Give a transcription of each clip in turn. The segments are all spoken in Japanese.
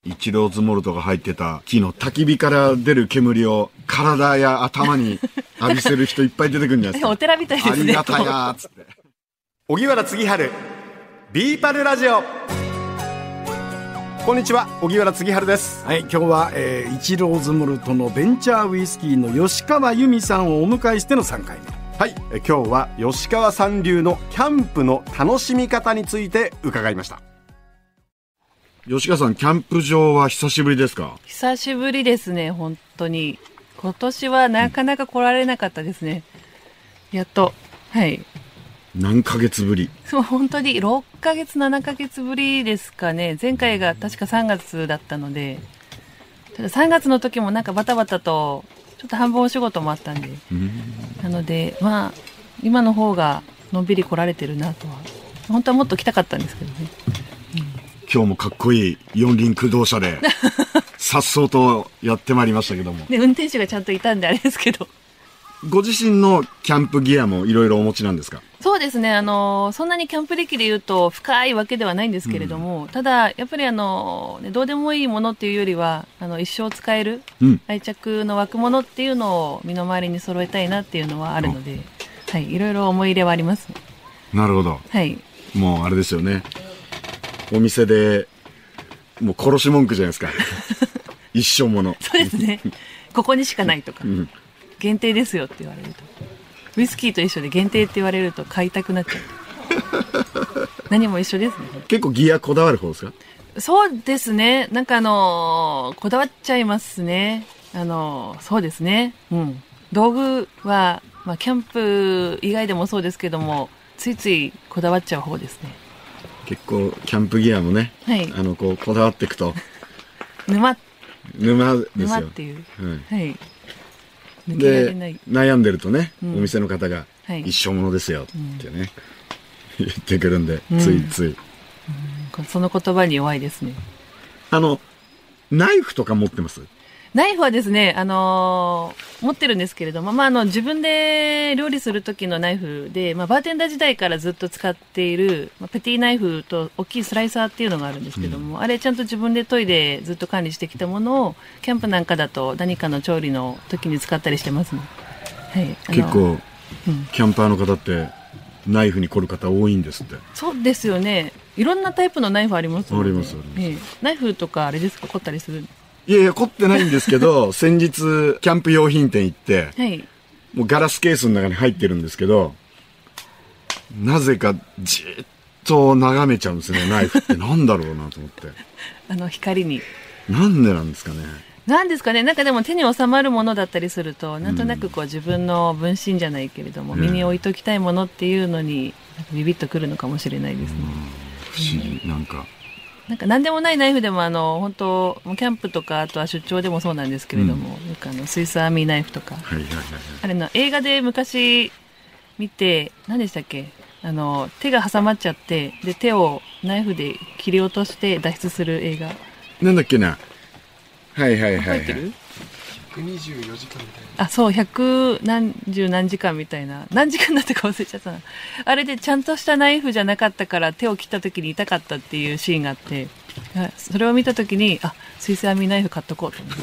イチローズモルトが入ってた木の焚き火から出る煙を体や頭に浴びせる人いっぱい出てくるんじゃないですか。 お寺みたいですね。 ありがたやーっつって。 荻原次春ビーパルラジオ。こんにちは、荻原次春です。 はい、今日は、イチローズモルトのベンチャーウイスキーの吉川由美さんをお迎えしての3回目。 はい、今日は吉川さん流のキャンプの楽しみ方について伺いました。 吉川さん、キャンプ場は久しぶりですか？ 久しぶりですね、本当に。今年はなかなか来られなかったですね。やっと。はい。 何ヶ月ぶり？ そう、本当に6ヶ月、7ヶ月ぶりですかね。前回が確か3月だったので、ただ3月の時もなんかバタバタと、ちょっと半分お仕事もあったんで。なので、まあ、今の方がのんびり来られてるなとは。本当はもっと来たかったんですけどね。 今日もかっこいい四輪駆動車で、さっそうとやってまいりましたけども。 で、運転手がちゃんといたんであれですけど。 ご自身のキャンプギアもいろいろお持ちなんですか？ そうですね。そんなにキャンプ歴で言うと深いわけではないんですけれども、ただ、やっぱりどうでもいいものっていうよりは、一生使える、愛着の湧くものっていうのを身の回りに揃えたいなっていうのはあるので、はい、いろいろ思い入れはありますね。 なるほど。 はい。 もうあれですよね。お店で、もう殺し文句じゃないですか。一生もの。 そうですね。ここにしかないとか、限定ですよって言われると。ウイスキーと一緒で限定って言われると買いたくなっちゃう。何も一緒ですね。 結構ギアこだわる方ですか？ そうですね。なんかこだわっちゃいますね。そうですね。道具は、まあ、キャンプ以外でもそうですけども、ついついこだわっちゃう方ですね。 結構キャンプギアもね、 はい、 こだわっていくと沼ですよ。 沼っていう、はい、抜けられない。 で悩んでるとね、お店の方が、一生ものですよってね、言ってくるんで、ついつい、 その言葉に弱いですね。 ナイフとか持ってます？ ナイフはですね、持ってるんですけれども、まあ、自分で料理する時のナイフで、まあ、バーテンダー時代からずっと使っている、まあ、ペティナイフと大きいスライサーっていうのがあるんですけども、あれちゃんと自分で研いでずっと管理してきたものを、キャンプなんかだと何かの調理の時に使ったりしてますね。はい。 結構、キャンパーの方って、ナイフに凝る方多いんですって。 そうですよね。いろんなタイプのナイフありますよね。 あります、あります。 ナイフとかあれですか、凝ったりする？ いやいや、凝ってないんですけど、先日、キャンプ用品店行って、もうガラスケースの中に入ってるんですけど、なぜかじーっと眺めちゃうんですね、ナイフって。なんだろうなと思って。 光に。 なんでなんですかね。 なんですかね。なんかでも手に収まるものだったりすると、なんとなく自分の分身じゃないけれども、身に置いときたいものっていうのに、ビビッとくるのかもしれないですね。 不思議、なんか何でもないナイフでも本当キャンプとかあとは出張でもそうなんですけれども、よくスイスアーミーナイフとか、あれの映画で昔見て何でしたっけ、手が挟まっちゃってで手をナイフで切り落として脱出する映画なんだっけな。覚えてる ？124時間みたいな。あ、そう、100何十何時間みたいな。何時間だったか忘れちゃったな。あれでちゃんとしたナイフじゃなかったから手を切った時に痛かったっていうシーンがあって、それを見た時に、スイスアーミーナイフ買っとこうと思って。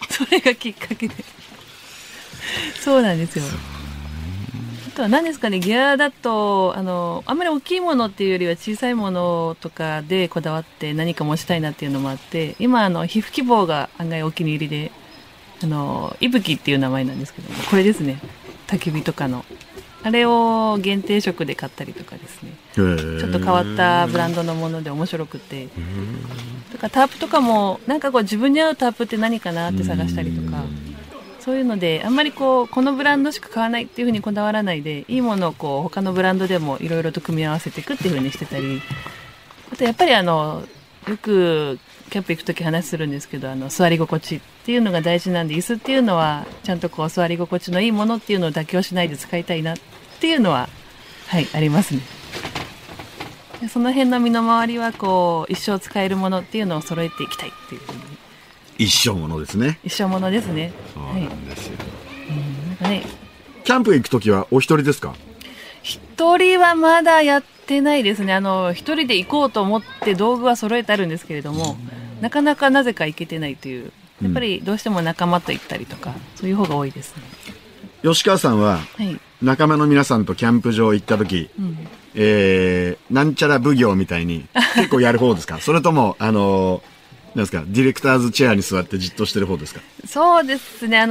それがきっかけで。そうなんですよ。あとは何ですかね、ギアだと、あんまり大きいものっていうよりは小さいものとかでこだわって何か持ちたいなっていうのもあって、今、皮膚希望が案外お気に入りで、いぶきっていう名前なんですけども、これですね。焚き火とかの。あれを限定色で買ったりとかですね。ちょっと変わったブランドのもので面白くて。とかタープとかも、なんか自分に合うタープって何かなって探したりとか。そういうので、あんまりこのブランドしか買わないっていうふうにこだわらないで、いいものを他のブランドでもいろいろと組み合わせていくっていうふうにしてたり。あとやっぱりよく、キャンプ行くとき話するんですけど、座り心地っていうのが大事なんで、椅子っていうのは、ちゃんと座り心地のいいものっていうのを妥協しないで使いたいなっていうのは、はい、ありますね。でその辺の身の回りは、一生使えるものっていうのを揃えていきたいっていうふうに。 一生ものですね。 一生ものですね。 そうなんですよ。 なんかね。 キャンプ行くときはお一人ですか？ 一人はまだやってないですね。一人で行こうと思って道具は揃えてあるんですけれども、 なかなかなぜか行けてないという、やっぱりどうしても仲間と行ったりとか、そういう方が多いですね。 吉川さんは、仲間の皆さんとキャンプ場行った時、なんちゃら奉行みたいに結構やる方ですか？それとも、なんですか、ディレクターズチェアに座ってじっとしてる方ですか？ そうですね、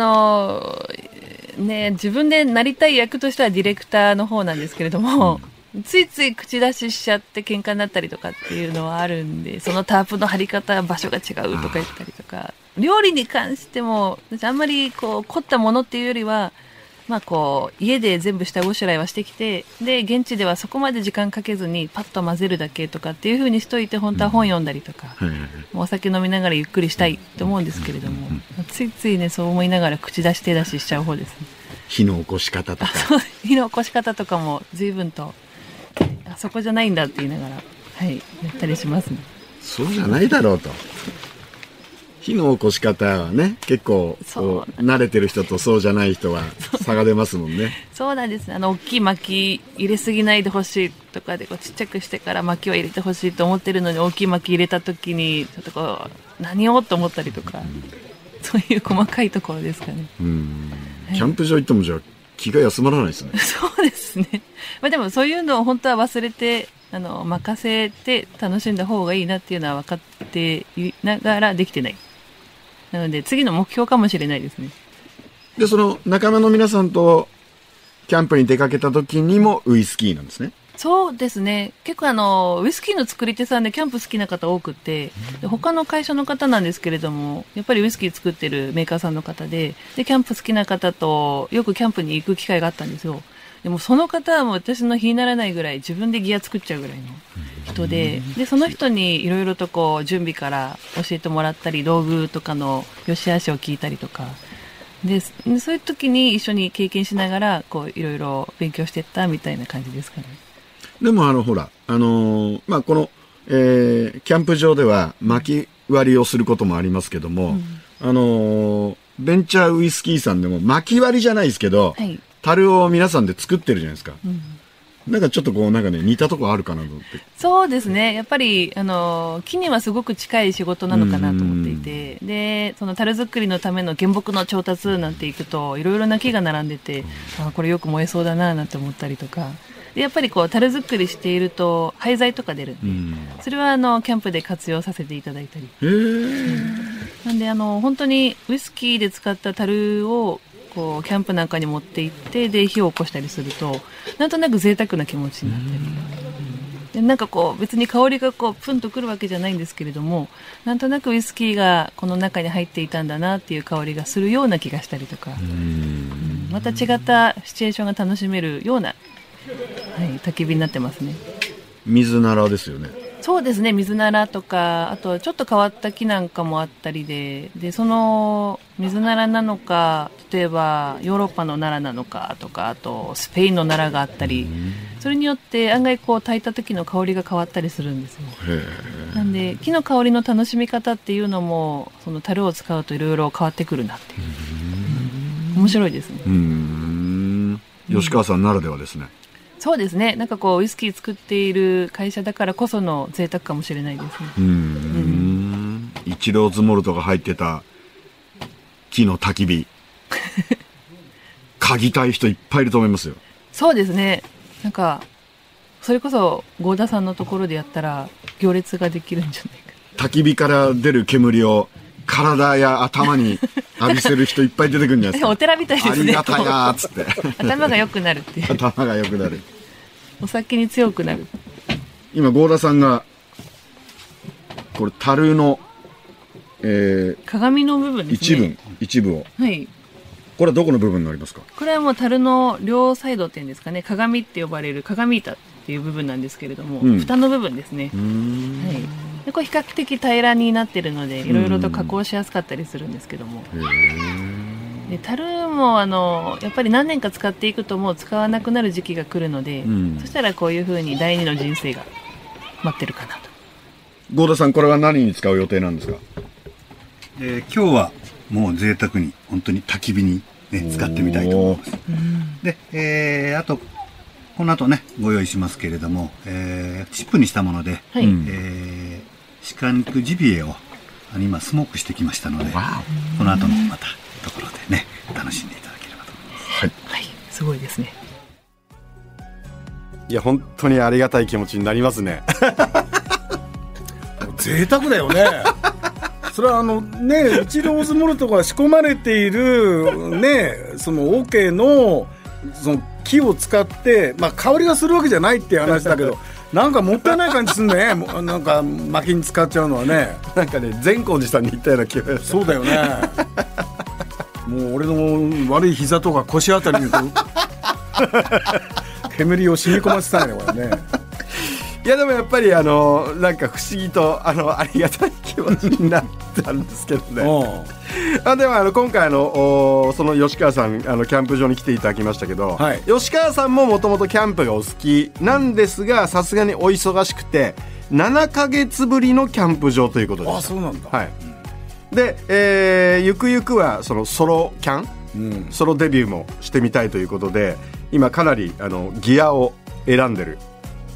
自分でなりたい役としてはディレクターの方なんですけれども、ついつい口出ししちゃって喧嘩になったりとかっていうのはあるんで、そのタープの張り方、場所が違うとか言ったりとか、料理に関しても、私あんまりこう凝ったものっていうよりは、まあこう、家で全部下ごしらえはしてきて、で、現地ではそこまで時間かけずにパッと混ぜるだけとかっていう風にしといて、本当は本読んだりとか、お酒飲みながらゆっくりしたいと思うんですけれども、ついついね、そう思いながら口出し手出ししちゃう方ですね。 火の起こし方とか。 火の起こし方とかも随分と、あそこじゃないんだって言いながら、やったりしますね。 そうじゃないだろうと。火の起こし方はね、結構慣れてる人とそうじゃない人は差が出ますもんね。 そうなんですね。大きい薪入れすぎないでほしいとかで、こうちっちゃくしてから薪を入れてほしいと思ってるのに、大きい薪入れた時にちょっとこう何をと思ったりとか、そういう細かいところですかね。 キャンプ場行ってもじゃあ気が休まらないですね。 そうですね。まあでもそういうのを本当は忘れて、任せて楽しんだ方がいいなっていうのは分かっていながらできてない。なので次の目標かもしれないですね。 で、その仲間の皆さんとキャンプに出かけた時にもウイスキーなんですね。 そうですね。結構ウイスキーの作り手さんでキャンプ好きな方多くて、で他の会社の方なんですけれども、やっぱりウイスキー作ってるメーカーさんの方で、キャンプ好きな方とよくキャンプに行く機会があったんですよ。でもその方はもう私の比にならないぐらい自分でギア作っちゃうぐらいの人で、その人にいろいろとこう準備から教えてもらったり、道具とかの良し悪しを聞いたりとか、でそういう時に一緒に経験しながらこういろいろ勉強していったみたいな感じですかね。 でもほら、まあ、この、キャンプ場では薪割りをすることもありますけども、ベンチャーウイスキーさんでも薪割りじゃないですけど、樽を皆さんで作ってるじゃないですか。なんかちょっとこうなんかね、似たとこあるかなと思って。 そうですね。やっぱり、木にはすごく近い仕事なのかなと思っていて、で、その樽作りのための原木の調達なんていくと、いろいろな木が並んでて、これよく燃えそうだななんて思ったりとか。でやっぱりこう樽作りしていると廃材とか出るんで、それはキャンプで活用させていただいたり。なんで本当にウイスキーで使った樽をこうキャンプなんかに持って行ってで火を起こしたりするとなんとなく贅沢な気持ちになったり、でなんかこう別に香りがこうプンとくるわけじゃないんですけれども、なんとなくウイスキーがこの中に入っていたんだなっていう香りがするような気がしたりとか、また違ったシチュエーションが楽しめるような、焚き火になってますね。 水ならですよね。 そうですね。水ならとか、あとちょっと変わった木なんかもあったりで、その水ならなのか、例えばヨーロッパのナラなのかとか、あとスペインのナラがあったり、それによって案外こう炊いた時の香りが変わったりするんですよ。なんで木の香りの楽しみ方っていうのもその樽を使うといろいろ変わってくるなっていう。面白いですね。 吉川さんならではですね。 そうですね。なんかこうウイスキー作っている会社だからこその贅沢かもしれないですね。 イチローズモルトが入ってた木の焚き火嗅ぎたい人いっぱいいると思いますよ。 そうですね。なんかそれこそ合田さんのところでやったら行列ができるんじゃないか。 焚き火から出る煙を体や頭に浴びせる人いっぱい出てくるんじゃないですか。 お寺みたいですね。 ありがたやーっつって頭が良くなるっていう。 頭が良くなる。 お酒に強くなる。 今合田さんがこれ樽の、 鏡の部分ですね。 一部を。 はい。 これはどこの部分になりますか？ これはもう樽の両サイドっていうんですかね。鏡って呼ばれる鏡板っていう部分なんですけれども、蓋の部分ですね。はい。でこれ比較的平らになってるので、いろいろと加工しやすかったりするんですけども。で樽もやっぱり何年か使っていくともう使わなくなる時期が来るので、そしたらこういう風に第二の人生が待ってるかなと。 合田さん、これは何に使う予定なんですか？ 今日はもう贅沢に本当に焚き火に、ね、使ってみたいと思います。で、あとこの後ねご用意しますけれども、チップにしたもので、鹿肉ジビエを今スモークしてきましたので、この後のまたところでね楽しんでいただければと思います。 はい、はい、すごいですね。 いや本当にありがたい気持ちになりますね。 贅沢だよね。それはね、イチローズモルトが仕込まれているね、そのオケのその木を使って、まあ香りがするわけじゃないっていう話だけど、なんかもったいない感じすんね。なんか薪に使っちゃうのはね。 なんかね、善光寺さんに言ったような気が。 そうだよね。もう俺の悪い膝とか腰あたりにこう煙を染み込ませたいねこれね。 いやでもやっぱりなんか不思議とありがたい気持ちになったんですけどね。でも今回その吉川さんキャンプ場に来ていただきましたけど、はい、吉川さんももともとキャンプがお好きなんですが、さすがにお忙しくて7ヶ月ぶりのキャンプ場ということでした。 あ、そうなんだ。 はい。で、ゆくゆくはそのソロキャン、ソロデビューもしてみたいということで、今かなりギアを選んでる。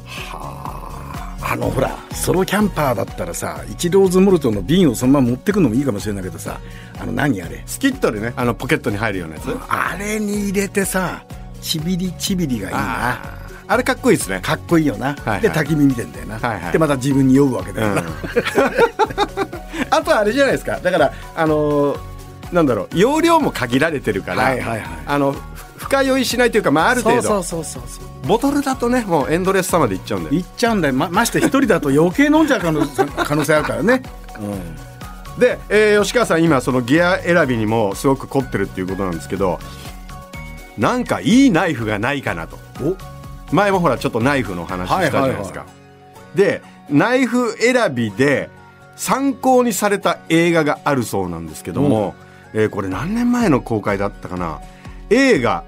ほらソロキャンパーだったらさ、イチローズモルトの瓶をそのまま持ってくのもいいかもしれないけどさ、何あれスキットでね、ポケットに入るようなやつ、 あれに入れてさ、ちびりちびりがいいな。 あれかっこいいですね。 かっこいいよな、はいはい、で焚き火見てんだよな、はいはい、でまた自分に酔うわけだよな、 あとはあれじゃないですか、だからなんだろう、容量も限られてるから、はいはいはい、深酔いしないというか、まあ、ある程度そうボトルだとね、もうエンドレスさまでいっちゃうんだよ。 いっちゃうんだよ。 まして一人だと余計飲んじゃう可能性あるからね、 で、吉川さん今そのギア選びにもすごく凝ってるっていうことなんですけど、なんかいいナイフがないかなと。前もほらちょっとナイフの話したじゃないですか、でナイフ選びで参考にされた映画があるそうなんですけども、これ何年前の公開だったかな。映画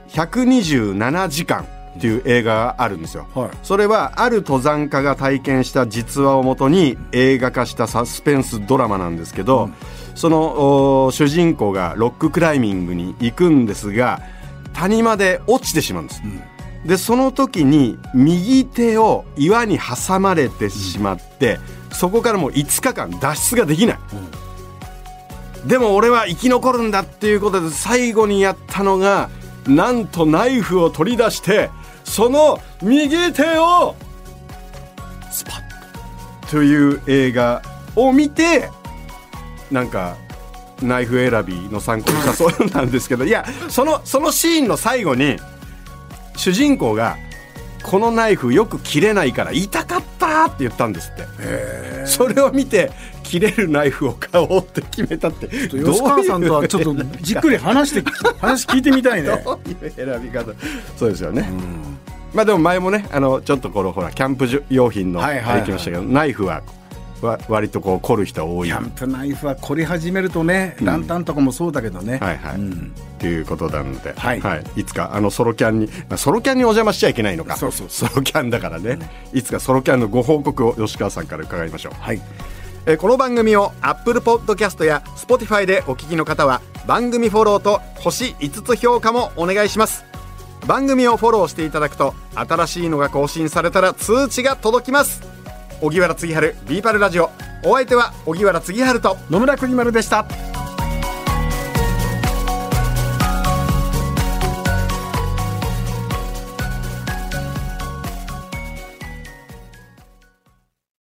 127時間っていう映画があるんですよ、はい、それはある登山家が体験した実話をもとに映画化したサスペンスドラマなんですけど、その主人公がロッククライミングに行くんですが、谷間で落ちてしまうんです、でその時に右手を岩に挟まれてしまって、そこからもう5日間脱出ができない、でも俺は生き残るんだっていうことで最後にやったのが、なんとナイフを取り出してその右手をスパッという映画を見て、なんかナイフ選びの参考にしたそうなんですけど、いやそのシーンの最後に主人公がこのナイフよく切れないから痛かったって言ったんですって。それを見て切れるナイフを買おうって決めたって。 吉川さんとはちょっとじっくり話聞いてみたいね。 どういう選び方。そうですよね、まあでも前もねちょっとこのほらキャンプ用品のできましたけど、ナイフは割とこう凝る人多い。 キャンプナイフは凝り始めるとね、ランタンとかもそうだけどね、 はいはい、っていうことなので、はいはい、いつかソロキャンにお邪魔しちゃいけないのか。そうソロキャンだからね、いつかソロキャンのご報告を吉川さんから伺いましょう。はい。この番組を Apple Podcast や Spotify でお聞きの方は番組フォローと星5つ評価もお願いします。番組をフォローしていただくと新しいのが更新されたら通知が届きます。荻原次春ビーパルラジオ、お相手は荻原次春と野村国丸でした。